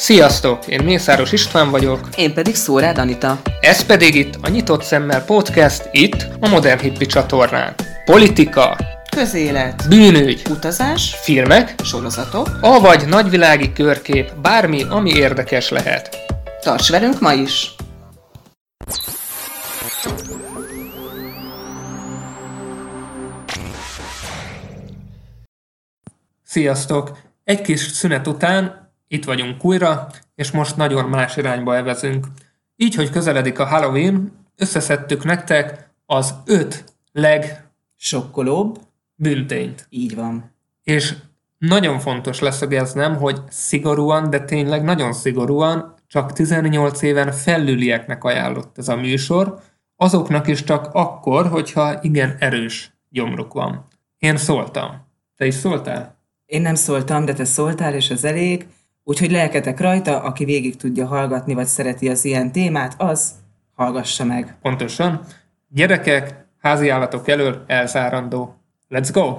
Sziasztok! Én Mészáros István vagyok. Én pedig Szórád Anita. Ez pedig itt a Nyitott Szemmel Podcast, itt a Modern Hippie csatornán. Politika, közélet, bűnügy, utazás, filmek, sorozatok, avagy nagyvilági körkép, bármi, ami érdekes lehet. Tarts velünk ma is! Sziasztok! Egy kis szünet után itt vagyunk újra, és most nagyon más irányba evezünk. Így, hogy közeledik a Halloween, összeszedtük nektek az 5 sokkolóbb bűntényt. Így van. És nagyon fontos leszögeznem, hogy szigorúan, de tényleg nagyon szigorúan csak 18 éven felülieknek ajánlott ez a műsor, azoknak is csak akkor, hogyha igen erős gyomruk van. Én szóltam. Te is szóltál? Én nem szóltam, de te szóltál, és ez elég. Úgyhogy lelketek rajta, aki végig tudja hallgatni, vagy szereti az ilyen témát, az hallgassa meg. Pontosan. Gyerekek, háziállatok elől elzárandó. Let's go!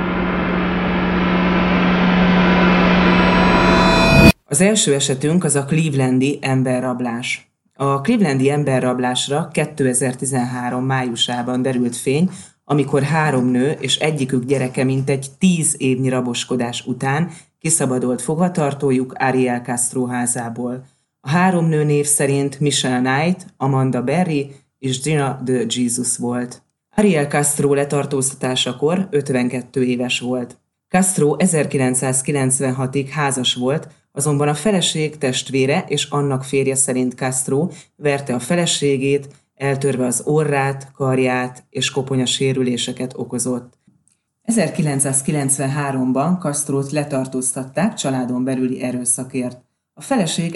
Az első esetünk az a clevelandi emberrablás. A clevelandi emberrablásra 2013 májusában derült fény, amikor 3 nő és egyikük gyereke mintegy 10 évnyi raboskodás után kiszabadult fogvatartójuk Ariel Castro házából. A 3 nő név szerint Michelle Knight, Amanda Berry és Gina de Jesus volt. Ariel Castro letartóztatásakor 52 éves volt. Castro 1996-ig házas volt, azonban a feleség testvére és annak férje szerint Castro verte a feleségét, eltörve az orrát, karját és koponyasérüléseket okozott. 1993-ban Castrót letartóztatták családon belüli erőszakért. A feleség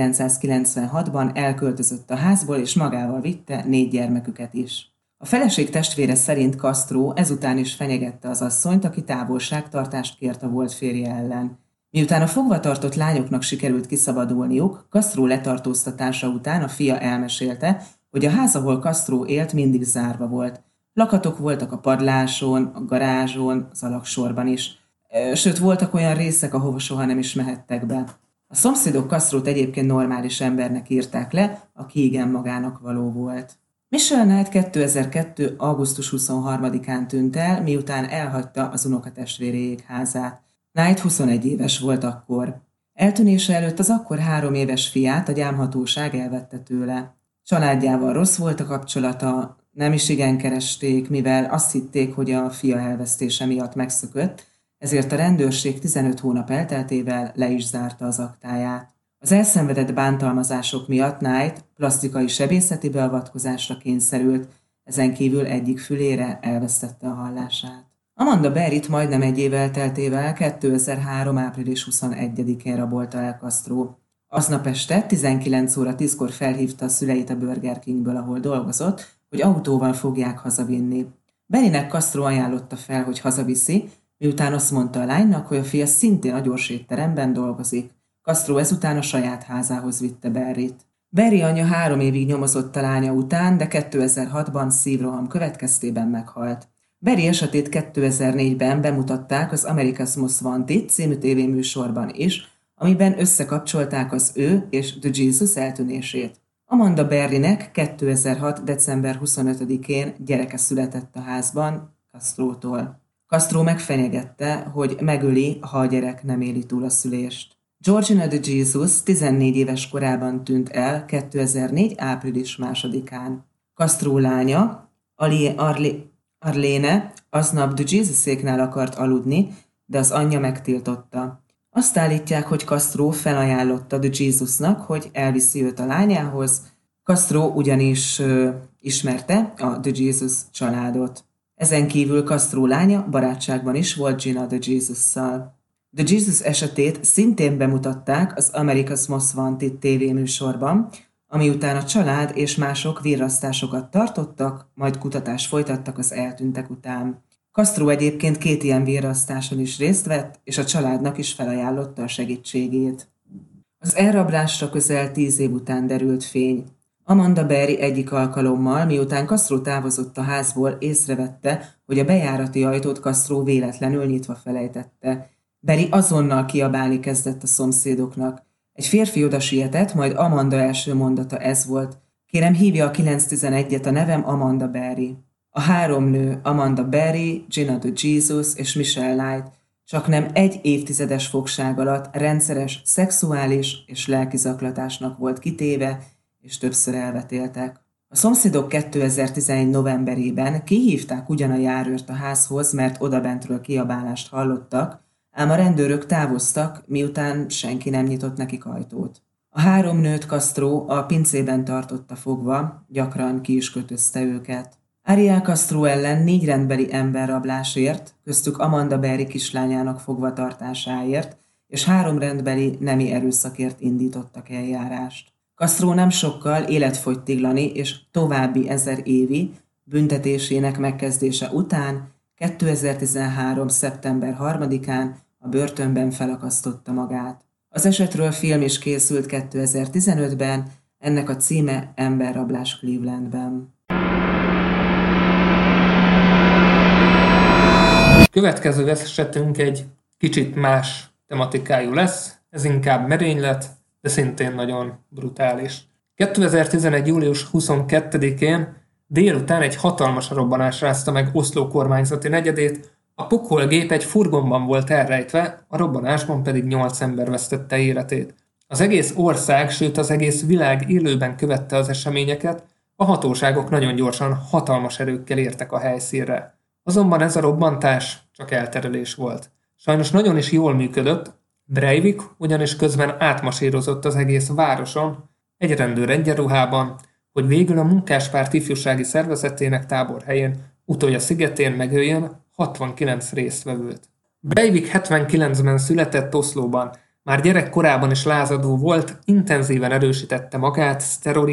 1996-ban elköltözött a házból és magával vitte 4 gyermeküket is. A feleség testvére szerint Castro ezután is fenyegette az asszonyt, aki távolságtartást kért a volt férje ellen. Miután a fogvatartott lányoknak sikerült kiszabadulniuk, Castro letartóztatása után a fia elmesélte, hogy a ház, ahol Castro élt, mindig zárva volt. Lakatok voltak a padláson, a garázson, az alagsorban is. Sőt, voltak olyan részek, ahova soha nem is mehettek be. A szomszédok Castrót egyébként normális embernek írták le, aki igen magának való volt. Michelle Knight 2002. augusztus 23-án tűnt el, miután elhagyta az unokatestvéréjék házát. Knight 21 éves volt akkor. Eltűnése előtt az akkor 3 éves fiát a gyámhatóság elvette tőle. Családjával rossz volt a kapcsolata, nem is igen keresték, mivel azt hitték, hogy a fia elvesztése miatt megszökött, ezért a rendőrség 15 hónap elteltével le is zárta az aktáját. Az elszenvedett bántalmazások miatt Knight plasztikai sebészeti beavatkozásra kényszerült, ezen kívül egyik fülére elvesztette a hallását. Amanda Berryt majdnem 1 év elteltével 2003. április 21-én rabolta el Castro. Aznap este 19 óra 10-kor felhívta a szüleit a Burger Kingből, ahol dolgozott, hogy autóval fogják hazavinni. Berrynek Castro ajánlotta fel, hogy hazaviszi, miután azt mondta a lánynak, hogy a fia szintén a gyorsétteremben dolgozik. Castro ezután a saját házához vitte Berryt. Berry anyja 3 évig nyomozott a lánya után, de 2006-ban szívroham következtében meghalt. Berry esetét 2004-ben bemutatták az America's Most Wanted című tévéműsorban is, amiben összekapcsolták az ő és The Jesus eltűnését. Amanda Berrynek 2006. december 25-én gyereke született a házban Castrótól. Castro megfenyegette, hogy megöli, ha a gyerek nem éli túl a szülést. Georgina de Jesus 14 éves korában tűnt el 2004. április 2-án. Castro lánya, Arlene aznap The Jesus-éknál akart aludni, de az anyja megtiltotta. Azt állítják, hogy Castro felajánlotta The Jesusnak, hogy elviszi őt a lányához. Castro ugyanis ismerte a The Jesus családot. Ezen kívül Castro lánya barátságban is volt Gina de Jesus-szal. The Jesus esetét szintén bemutatták az America's Most Wanted tévéműsorban, ami után a család és mások virrasztásokat tartottak, majd kutatást folytattak az eltűntek után. Castro egyébként 2 ilyen virrasztáson is részt vett, és a családnak is felajánlotta a segítségét. Az elrablásra közel 10 év után derült fény. Amanda Berry egyik alkalommal, miután Castro távozott a házból, észrevette, hogy a bejárati ajtót Castro véletlenül nyitva felejtette. Berry azonnal kiabálni kezdett a szomszédoknak. Egy férfi oda sietett, majd Amanda első mondata ez volt. Kérem, hívja a 911-et, a nevem Amanda Berry. A 3 nő, Amanda Berry, Gina DeJesus és Michelle Light, csaknem 1 évtizedes fogság alatt rendszeres szexuális és lelki zaklatásnak volt kitéve, és többször elvetéltek. A szomszédok 2011 novemberében kihívták ugyan a járőrt a házhoz, mert odabentről kiabálást hallottak, ám a rendőrök távoztak, miután senki nem nyitott nekik ajtót. A 3 nőt Castro a pincében tartotta fogva, gyakran ki is kötözte őket. Ariel Castro ellen 4 rendbeli emberrablásért, köztük Amanda Berry kislányának fogvatartásáért, és 3 rendbeli nemi erőszakért indítottak eljárást. Castro nem sokkal életfogytiglani és további 1000 évi büntetésének megkezdése után 2013. szeptember 3-án a börtönben felakasztotta magát. Az esetről film is készült 2015-ben, ennek a címe Emberrablás Clevelandben. Következő esetünk egy kicsit más tematikájú lesz, ez inkább merénylet, de szintén nagyon brutális. 2011. július 22-én délután egy hatalmas robbanás rázta meg Oszló kormányzati negyedét, a pokolgép egy furgonban volt elrejtve, a robbanásban pedig 8 ember vesztette életét. Az egész ország, sőt az egész világ élőben követte az eseményeket, a hatóságok nagyon gyorsan hatalmas erőkkel értek a helyszínre. Azonban ez a robbantás csak elterelés volt. Sajnos nagyon is jól működött, Breivik ugyanis közben átmasírozott az egész városon, egy rendőr egyenruhában, hogy végül a Munkáspárt ifjúsági szervezetének táborhelyén, Utolja szigetén megöljön 69 résztvevőt. Breivik 79-ben született Oszlóban, már gyerekkorában is lázadó volt, intenzíven erősítette magát,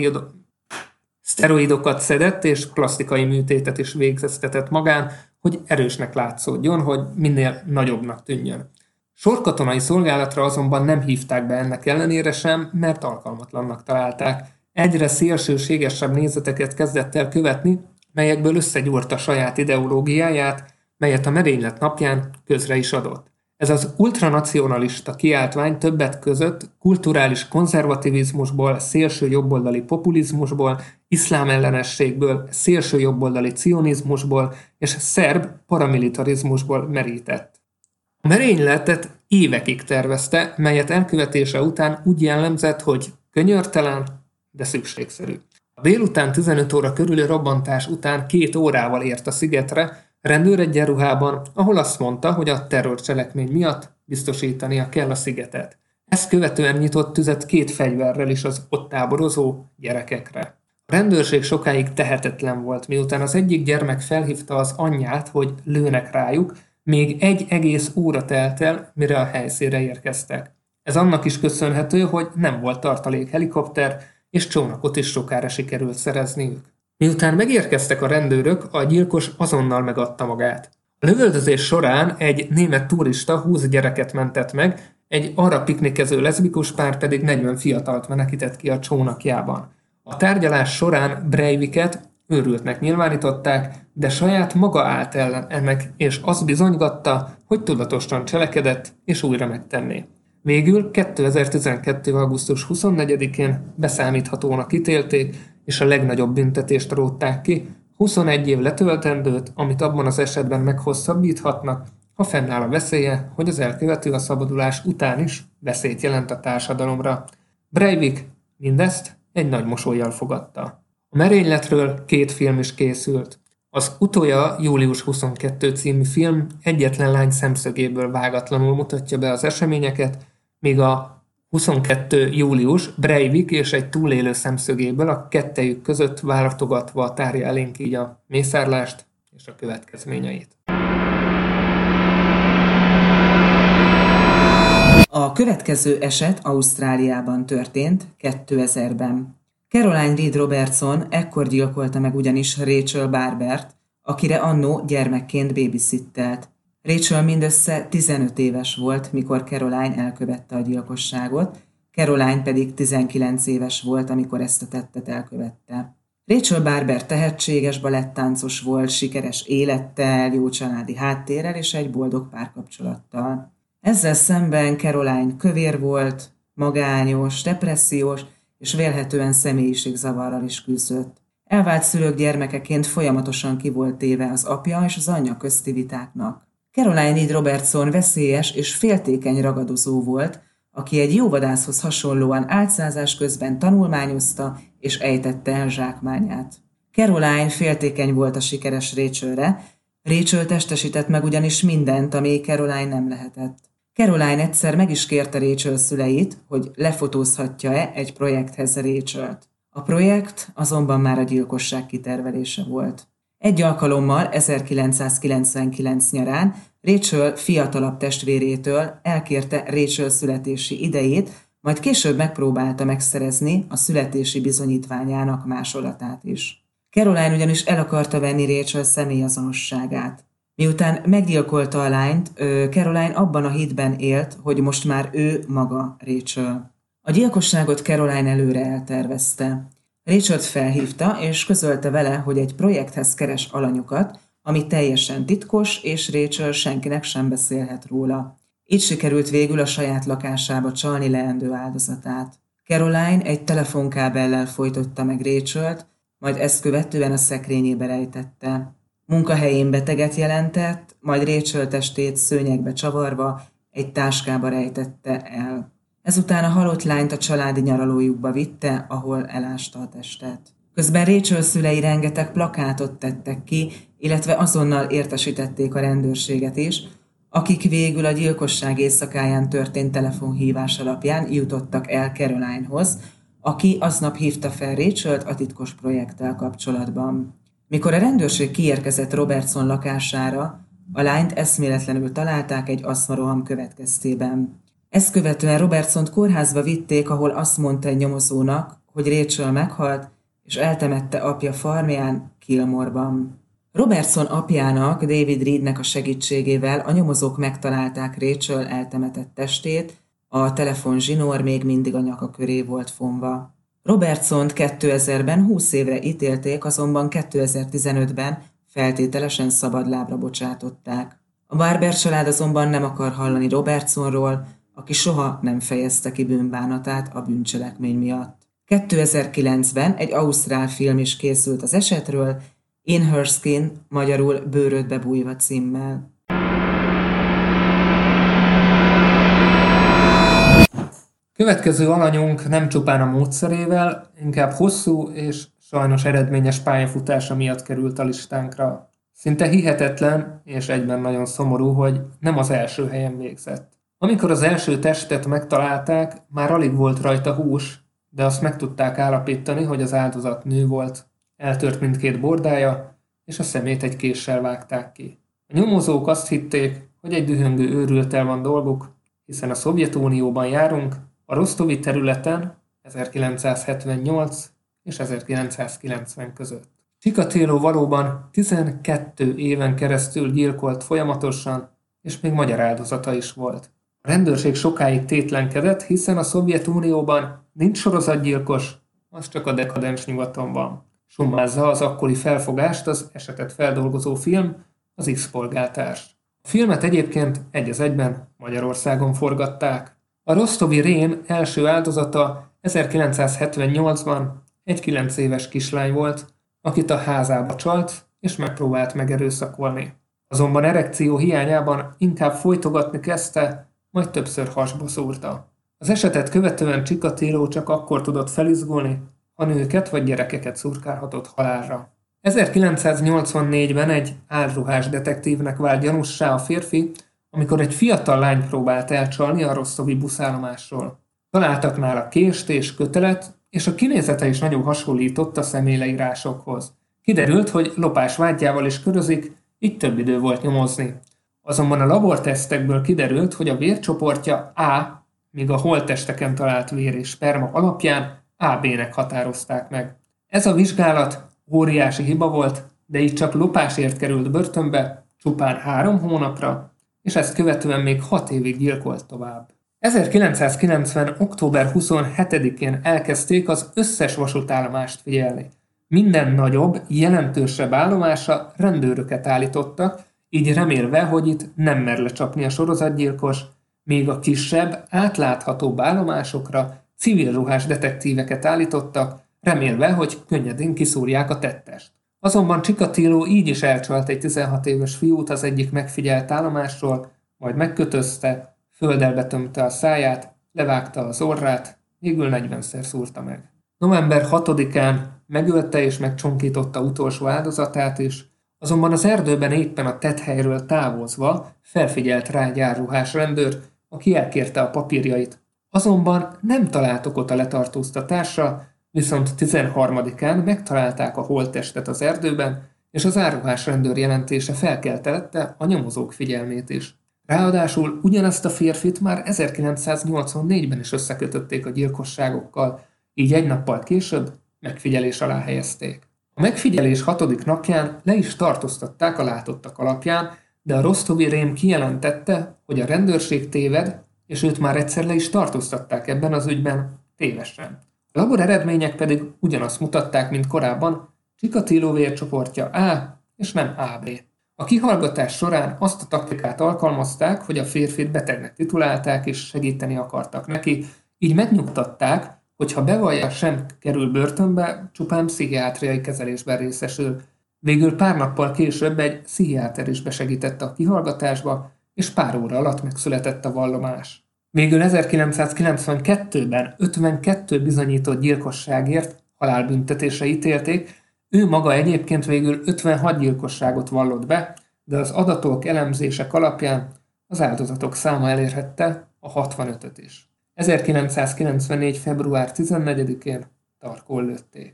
szteroidokat szedett és plastikai műtétet is végeztetett magán, hogy erősnek látszódjon, hogy minél nagyobbnak tűnjön. Sorkatonai szolgálatra azonban nem hívták be ennek ellenére sem, mert alkalmatlannak találták. Egyre szélsőségesebb nézeteket kezdett el követni, melyekből összegyúrta saját ideológiáját, melyet a merénylet napján közre is adott. Ez az ultranacionalista kiáltvány többek között kulturális konzervativizmusból, szélső jobboldali populizmusból, iszlám ellenességből, szélső jobboldali cionizmusból és szerb paramilitarizmusból merített. A merényletet évekig tervezte, melyet elkövetése után úgy jellemzett, hogy könyörtelen, de szükségszerű. A délután 15 óra körüli robbantás után 2 órával ért a szigetre, rendőr egyenruhában, ahol azt mondta, hogy a terrorcselekmény miatt biztosítania kell a szigetet. Ezt követően nyitott tüzet 2 fegyverrel is az ott táborozó gyerekekre. A rendőrség sokáig tehetetlen volt, miután az egyik gyermek felhívta az anyját, hogy lőnek rájuk, még 1 egész óra telt el, mire a helyszínre érkeztek. Ez annak is köszönhető, hogy nem volt tartalék helikopter, és csónakot is sokára sikerült szerezniük. Miután megérkeztek a rendőrök, a gyilkos azonnal megadta magát. A lövöldözés során egy német turista 20 gyereket mentett meg, egy arra piknikező leszbikus pár pedig 40 fiatalt menekített ki a csónakjában. A tárgyalás során Breiviket őrültnek nyilvánították, de saját maga állt ellen ennek, és azt bizonygatta, hogy tudatosan cselekedett, és újra megtenné. Végül 2012. augusztus 24-én beszámíthatónak ítélték, és a legnagyobb büntetést rótták ki, 21 év letöltendőt, amit abban az esetben meghosszabbíthatnak, ha fennáll a veszélye, hogy az elkövető a szabadulás után is veszélyt jelent a társadalomra. Breivik mindezt egy nagy mosollyal fogadta. A merényletről 2 film is készült. Az Utolja július 22 című film egyetlen lány szemszögéből vágatlanul mutatja be az eseményeket, míg a 22. július Breivik és egy túlélő szemszögéből a kettejük között váltogatva tárja elénk így a mészárlást és a következményeit. A következő eset Ausztráliában történt 2000-ben. Caroline Reed Robertson ekkor gyilkolta meg ugyanis Rachel Barbert, akire annó gyermekként babysittelt. Rachel mindössze 15 éves volt, mikor Caroline elkövette a gyilkosságot, Caroline pedig 19 éves volt, amikor ezt a tettet elkövette. Rachel Barber tehetséges balettáncos volt, sikeres élettel, jó családi háttérrel és egy boldog párkapcsolattal. Ezzel szemben Caroline kövér volt, magányos, depressziós és vélhetően személyiségzavarral is küzdött. Elvált szülők gyermekeként folyamatosan ki volt téve az apja és az anyja közti vitáknak. Caroline Reed Robertson veszélyes és féltékeny ragadozó volt, aki egy jóvadászhoz hasonlóan álcázás közben tanulmányozta és ejtette el zsákmányát. Caroline féltékeny volt a sikeres Rachelre, Rachel testesített meg ugyanis mindent, ami Caroline nem lehetett. Caroline egyszer meg is kérte Rachel szüleit, hogy lefotózhatja-e egy projekthez Rachelt. A projekt azonban már a gyilkosság kitervelése volt. Egy alkalommal 1999 nyarán Rachel fiatalabb testvérétől elkérte Rachel születési idejét, majd később megpróbálta megszerezni a születési bizonyítványának másolatát is. Caroline ugyanis el akarta venni Rachel személyazonosságát. Miután meggyilkolta a lányt, Caroline abban a hitben élt, hogy most már ő maga Rachel. A gyilkosságot Caroline előre eltervezte. Rachelt felhívta, és közölte vele, hogy egy projekthez keres alanyokat, ami teljesen titkos, és Rachel senkinek sem beszélhet róla. Így sikerült végül a saját lakásába csalni leendő áldozatát. Caroline egy telefonkábellel folytotta meg Rachelt, majd ezt követően a szekrényébe rejtette. Munkahelyén beteget jelentett, majd Rachel testét szőnyegbe csavarva egy táskába rejtette el. Ezután a halott lányt a családi nyaralójukba vitte, ahol elásta a testet. Közben Rachel szülei rengeteg plakátot tettek ki, illetve azonnal értesítették a rendőrséget is, akik végül a gyilkosság éjszakáján történt telefonhívás alapján jutottak el Carolinehoz, aki aznap hívta fel Rachelt a titkos projekttel kapcsolatban. Mikor a rendőrség kiérkezett Robertson lakására, a lányt eszméletlenül találták egy asztmaroham következtében. Ezt követően Robertsont kórházba vitték, ahol azt mondta egy nyomozónak, hogy Rachel meghalt, és eltemette apja farmján, Kilmore-ban. Robertson apjának, David Reednek a segítségével a nyomozók megtalálták Rachel eltemetett testét, a telefonzsinór még mindig a nyaka köré volt fonva. Robertsont 2000-ben 20 évre ítélték, azonban 2015-ben feltételesen szabadlábra bocsátották. A Barber család azonban nem akar hallani Robertsonról, aki soha nem fejezte ki bűnbánatát a bűncselekmény miatt. 2009-ben egy ausztrál film is készült az esetről, In Her Skin, magyarul Bőrödbe bújva címmel. Következő alanyunk nem csupán a módszerével, inkább hosszú és sajnos eredményes pályafutása miatt került a listánkra. Szinte hihetetlen és egyben nagyon szomorú, hogy nem az első helyen végzett. Amikor az első testet megtalálták, már alig volt rajta hús, de azt meg tudták állapítani, hogy az áldozat nő volt. Eltört mindkét bordája, és a szemét egy késsel vágták ki. A nyomozók azt hitték, hogy egy dühöngő őrülttel van dolguk, hiszen a Szovjetunióban járunk, a rosztovi területen 1978 és 1990 között. Chikatilo valóban 12 éven keresztül gyilkolt folyamatosan, és még magyar áldozata is volt. A rendőrség sokáig tétlenkedett, hiszen a Szovjetunióban nincs sorozatgyilkos, az csak a dekadens nyugaton van. Summázza az akkori felfogást az esetet feldolgozó film, az X-polgártárs. A filmet egyébként egy az egyben Magyarországon forgatták. A rosztovi rém első áldozata 1978-ban egy 9 éves kislány volt, akit a házába csalt és megpróbált megerőszakolni. Azonban erekció hiányában inkább folytogatni kezdte, majd többször hasba szúrta. Az esetet követően Chikatilo csak akkor tudott felizgulni, ha nőket vagy gyerekeket szurkálhatott halálra. 1984-ben egy álruhás detektívnek vált gyanussá a férfi, amikor egy fiatal lányt próbált elcsalni a rosztovi buszállomásról. Találtak nála kést és kötelet, és a kinézete is nagyon hasonlított a személyleírásokhoz. Kiderült, hogy lopás vádjával is körözik, így több idő volt nyomozni. Azonban a labortesztekből kiderült, hogy a vércsoportja A, míg a holttesteken talált vér és sperma alapján AB-nek határozták meg. Ez a vizsgálat óriási hiba volt, de így csak lopásért került börtönbe, csupán 3 hónapra, és ezt követően még 6 évig gyilkolt tovább. 1990. október 27-én elkezdték az összes vasútállomást figyelni. Minden nagyobb, jelentősebb állomásra rendőröket állítottak, így remélve, hogy itt nem mer lecsapni a sorozatgyilkos, Míg a kisebb, átláthatóbb állomásokra civil ruhás detektíveket állítottak, remélve, hogy könnyedén kiszúrják a tettest. Azonban Chikatilo így is elcsalt egy 16 éves fiút az egyik megfigyelt állomásról, majd megkötözte, földdel betömte a száját, levágta az orrát, végül 40-szer szúrta meg. November 6-án megölte és megcsonkította utolsó áldozatát is, azonban az erdőben éppen a tetthelyről távozva felfigyelt rá egy árruhás rendőr, aki elkérte a papírjait. Azonban nem találtak ott a letartóztatásra, viszont 13-án megtalálták a holttestet az erdőben, és az árruhás rendőr jelentése felkeltette a nyomozók figyelmét is. Ráadásul ugyanezt a férfit már 1984-ben is összekötötték a gyilkosságokkal, így egy nappal később megfigyelés alá helyezték. A megfigyelés 6. napján le is tartóztatták a látottak alapján, de a rostovi rém kijelentette, hogy a rendőrség téved, és őt már egyszer le is tartóztatták ebben az ügyben tévesen. A labor eredmények pedig ugyanazt mutatták, mint korábban, Chikatilo vércsoportja A és nem AB. A kihallgatás során azt a taktikát alkalmazták, hogy a férfit betegnek titulálták és segíteni akartak neki, így megnyugtatták, hogy ha bevallja, sem kerül börtönbe, csupán pszichiátriai kezelésben részesül. Végül pár nappal később egy pszichiáter is besegítette a kihallgatásba, és pár óra alatt megszületett a vallomás. Végül 1992-ben 52 bizonyított gyilkosságért halálbüntetésre ítélték, ő maga egyébként végül 56 gyilkosságot vallott be, de az adatok elemzések alapján az áldozatok száma elérhette a 65-öt is. 1994. február 14-én tarkón lőtték.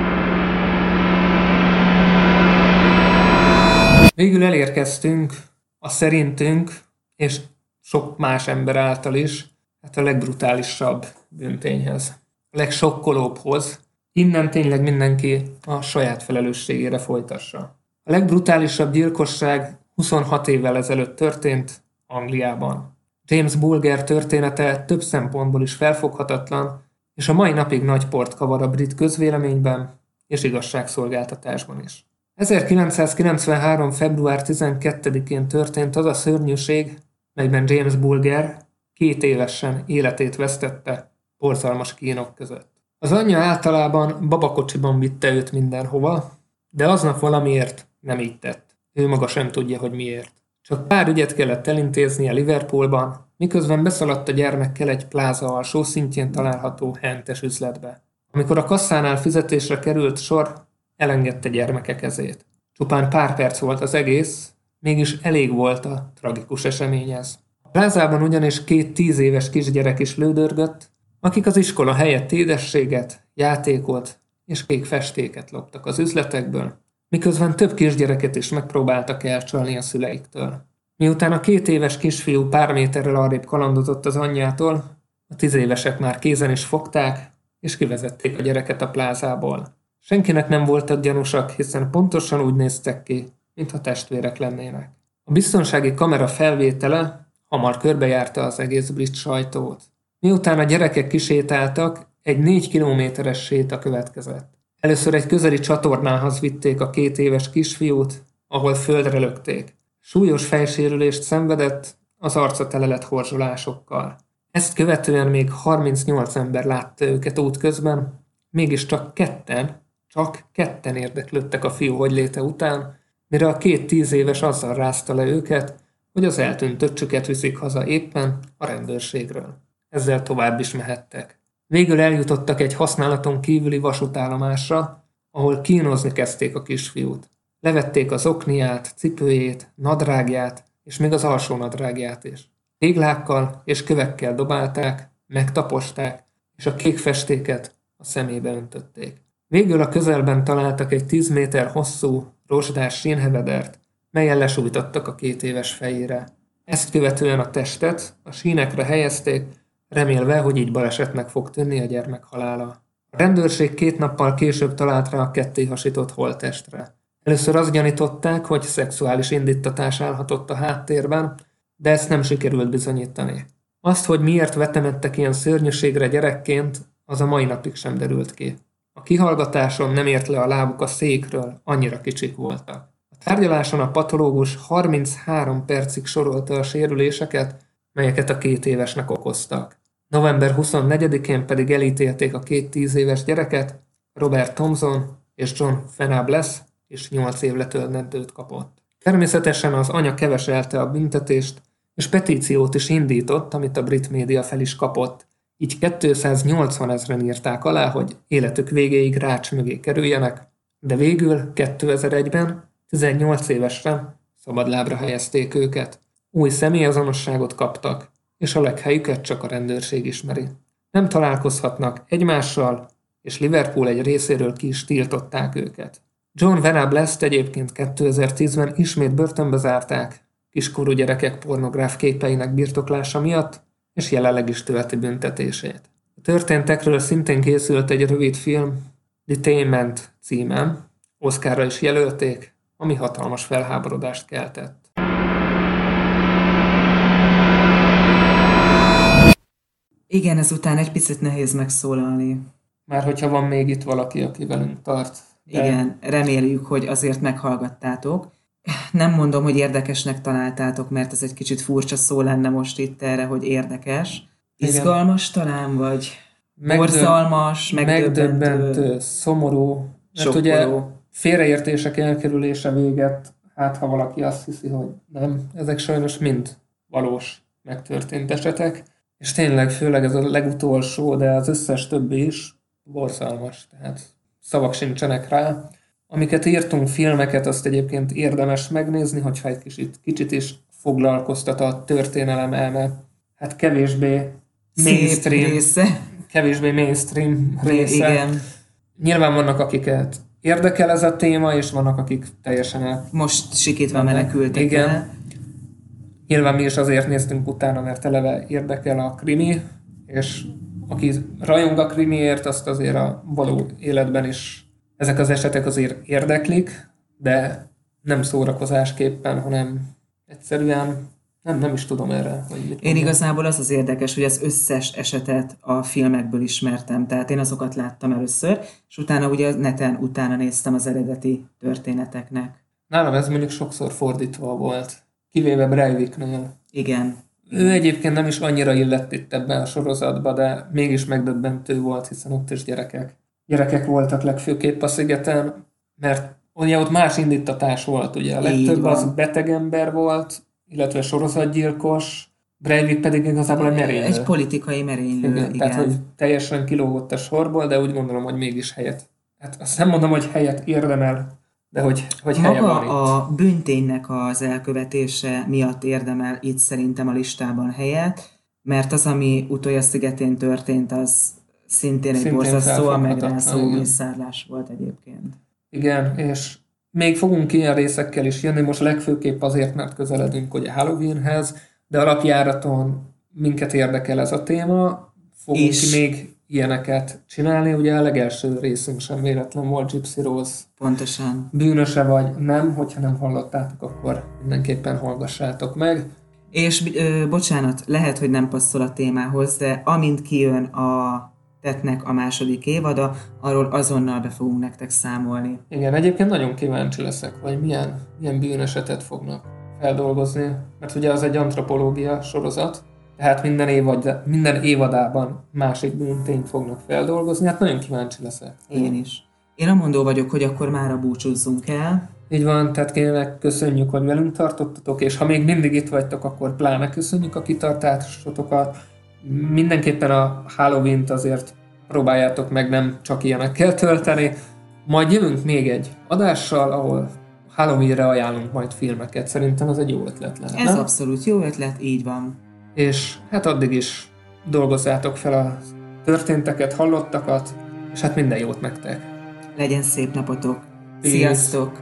Végül elérkeztünk a szerintünk, és sok más ember által is, a legbrutálisabb bűntényhez, a legsokkolóbbhoz. Innen tényleg mindenki a saját felelősségére folytassa. A legbrutálisabb gyilkosság 26 évvel ezelőtt történt Angliában. James Bulger története több szempontból is felfoghatatlan, és a mai napig nagy port kavar a brit közvéleményben és igazságszolgáltatásban is. 1993. február 12-én történt az a szörnyűség, melyben James Bulger 2 évesen életét vesztette borzalmas kínok között. Az anyja általában babakocsiban vitte őt mindenhova, de aznap valamiért nem így tett. Ő maga sem tudja, hogy miért. Csak pár ügyet kellett elintéznie Liverpoolban, miközben beszaladt a gyermekkel egy pláza alsó szintjén található hentes üzletbe. Amikor a kasszánál fizetésre került sor, elengedte gyermeke kezét. Csupán pár perc volt az egész, mégis elég volt a tragikus eseményhez. A plázában ugyanis 2 10 éves kisgyerek is lődörgött, akik az iskola helyett édességet, játékot és kék festéket loptak az üzletekből, miközben több kisgyereket is megpróbáltak elcsalni a szüleiktől. Miután a 2 éves kisfiú pár méterrel arrébb kalandozott az anyjától, a 10 évesek már kézen is fogták, és kivezették a gyereket a plázából. Senkinek nem voltak gyanúsak, hiszen pontosan úgy néztek ki, mintha testvérek lennének. A biztonsági kamera felvétele hamar körbejárta az egész brit sajtót. Miután a gyerekek kisétáltak, egy 4 kilométeres séta következett. Először egy közeli csatornához vitték a 2 éves kisfiút, ahol földre lökték. Súlyos fejsérülést szenvedett, az arca tele lett horzsolásokkal. Ezt követően még 38 ember látta őket útközben, mégis csak ketten érdeklődtek a fiú hogyléte után, mire a 2 10 éves azzal rázta le őket, hogy az eltűnt öccsüket viszik haza éppen a rendőrségről. Ezzel tovább is mehettek. Végül eljutottak egy használaton kívüli vasútállomásra, ahol kínozni kezdték a kisfiút. Levették az okniát, cipőjét, nadrágját, és még az alsó nadrágját is. Téglákkal és kövekkel dobálták, megtaposták, és a kék festéket a szemébe öntötték. Végül a közelben találtak egy 10 méter hosszú, rozsdás sínhevedert, melyen lesújtottak a 2 éves fejére. Ezt követően a testet a sínekre helyezték, remélve, hogy így balesetnek fog tűnni a gyermek halála. A rendőrség 2 nappal később talált rá a kettéhasított holttestre. Először azt gyanították, hogy szexuális indíttatás állhatott a háttérben, de ezt nem sikerült bizonyítani. Azt, hogy miért vetemettek ilyen szörnyűségre gyerekként, az a mai napig sem derült ki. A kihallgatáson nem ért le a lábuk a székről, annyira kicsik voltak. A tárgyaláson a patológus 33 percig sorolta a sérüléseket, melyeket a 2 évesnek okoztak. November 24-én pedig elítélték a 2 10 éves gyereket, Robert Thompson és John Venables, és 8 év letöltendőt kapott. Természetesen az anya keveselte a büntetést, és petíciót is indított, amit a brit média fel is kapott. Így 280 000-en írták alá, hogy életük végéig rács mögé kerüljenek, de végül 2001-ben 18 évesen szabadlábra helyezték őket. Új személyazonosságot kaptak, és a leghelyüket csak a rendőrség ismeri. Nem találkozhatnak egymással, és Liverpool egy részéről ki is tiltották őket. John Venables-t egyébként 2010-ben ismét börtönbe zárták, kiskorú gyerekek pornográf képeinek birtoklása miatt, és jelenleg is tölti büntetését. A történtekről szintén készült egy rövid film, Detainment címen, Oscarra is jelölték, ami hatalmas felháborodást keltett. Igen, ezután egy picit nehéz megszólalni. Már hogyha van még itt valaki, aki velünk tart. De... Igen, reméljük, hogy azért meghallgattátok. Nem mondom, hogy érdekesnek találtátok, mert ez egy kicsit furcsa szó lenne most itt erre, hogy érdekes. Izgalmas talán, vagy borzalmas, megdöbbentő, szomorú. Mert ugye félreértések elkerülése véget, hát ha valaki azt hiszi, hogy nem, ezek sajnos mind valós megtörtént esetek. És tényleg, főleg ez a legutolsó, de az összes többi is borzalmas, tehát szavak sincsenek rá. Amiket írtunk, filmeket, azt egyébként érdemes megnézni, hogyha egy kicsit is foglalkoztat a történelem elme. Hát kevésbé mainstream része. Igen. Nyilván vannak, akiket érdekel ez a téma, és vannak, akik teljesen most sikítva menekültek. Igen. El. Nyilván mi is azért néztünk utána, mert eleve érdekel a krimi, és aki rajong a krimiért, azt azért a való életben is ezek az esetek azért érdeklik, de nem szórakozásképpen, hanem egyszerűen nem is tudom erre, hogy mit Én igazából az érdekes, hogy az összes esetet a filmekből ismertem, tehát én azokat láttam először, és utána ugye neten utána néztem az eredeti történeteknek. Nálam ez mondjuk sokszor fordítva volt, kivéve Breiviknél. Igen. Ő egyébként nem is annyira illett itt ebben a sorozatban, de mégis megdöbbentő volt, hiszen ott is gyerekek voltak legfőképp a szigeten, mert ugye ott más indítatás volt, ugye a legtöbb az beteg ember volt, illetve sorozatgyilkos, Breivik pedig igazából egy merénylő. Egy politikai merénylő, igen. Tehát, hogy teljesen kilógott a sorból, de úgy gondolom, hogy mégis helyet. Hát azt nem mondom, hogy helyet érdemel, de hogy helye van itt. A bűnténynek az elkövetése miatt érdemel itt szerintem a listában helyet, mert az, ami Utolja szigetén történt, az szintén egy borzasztó, megrázó mészárlás volt egyébként. Igen, és még fogunk ilyen részekkel is jönni, most legfőképp azért, mert közeledünk ugye Halloweenhez, de alapjáraton minket érdekel ez a téma, fogunk még ilyeneket csinálni, ugye a legelső részünk sem véletlen volt Gypsy Rose. Pontosan. Bűnöse vagy nem, hogyha nem hallottátok, akkor mindenképpen hallgassátok meg. És bocsánat, lehet, hogy nem passzol a témához, de amint kijön a Tettnek a második évada, arról azonnal be fogunk nektek számolni. Igen, egyébként nagyon kíváncsi leszek, hogy milyen bűnesetet fognak feldolgozni, mert ugye az egy antropológia sorozat, tehát minden évadában másik bűntényt fognak feldolgozni, hát nagyon kíváncsi leszek. Én is. Én amondó vagyok, hogy akkor mára búcsúzzunk el. Így van, tehát kérlek, köszönjük, hogy velünk tartottatok, és ha még mindig itt vagytok, akkor pláne köszönjük a kitartásotokat. Mindenképpen a Halloween-t azért próbáljátok meg nem csak ilyenekkel tölteni. Majd jövünk még egy adással, ahol Halloween-re ajánlunk majd filmeket. Szerintem ez egy jó ötlet lenne. Ez abszolút jó ötlet, így van. És hát addig is dolgozzátok fel a történteket, hallottakat, és hát minden jót nektek. Legyen szép napotok. Sziasztok!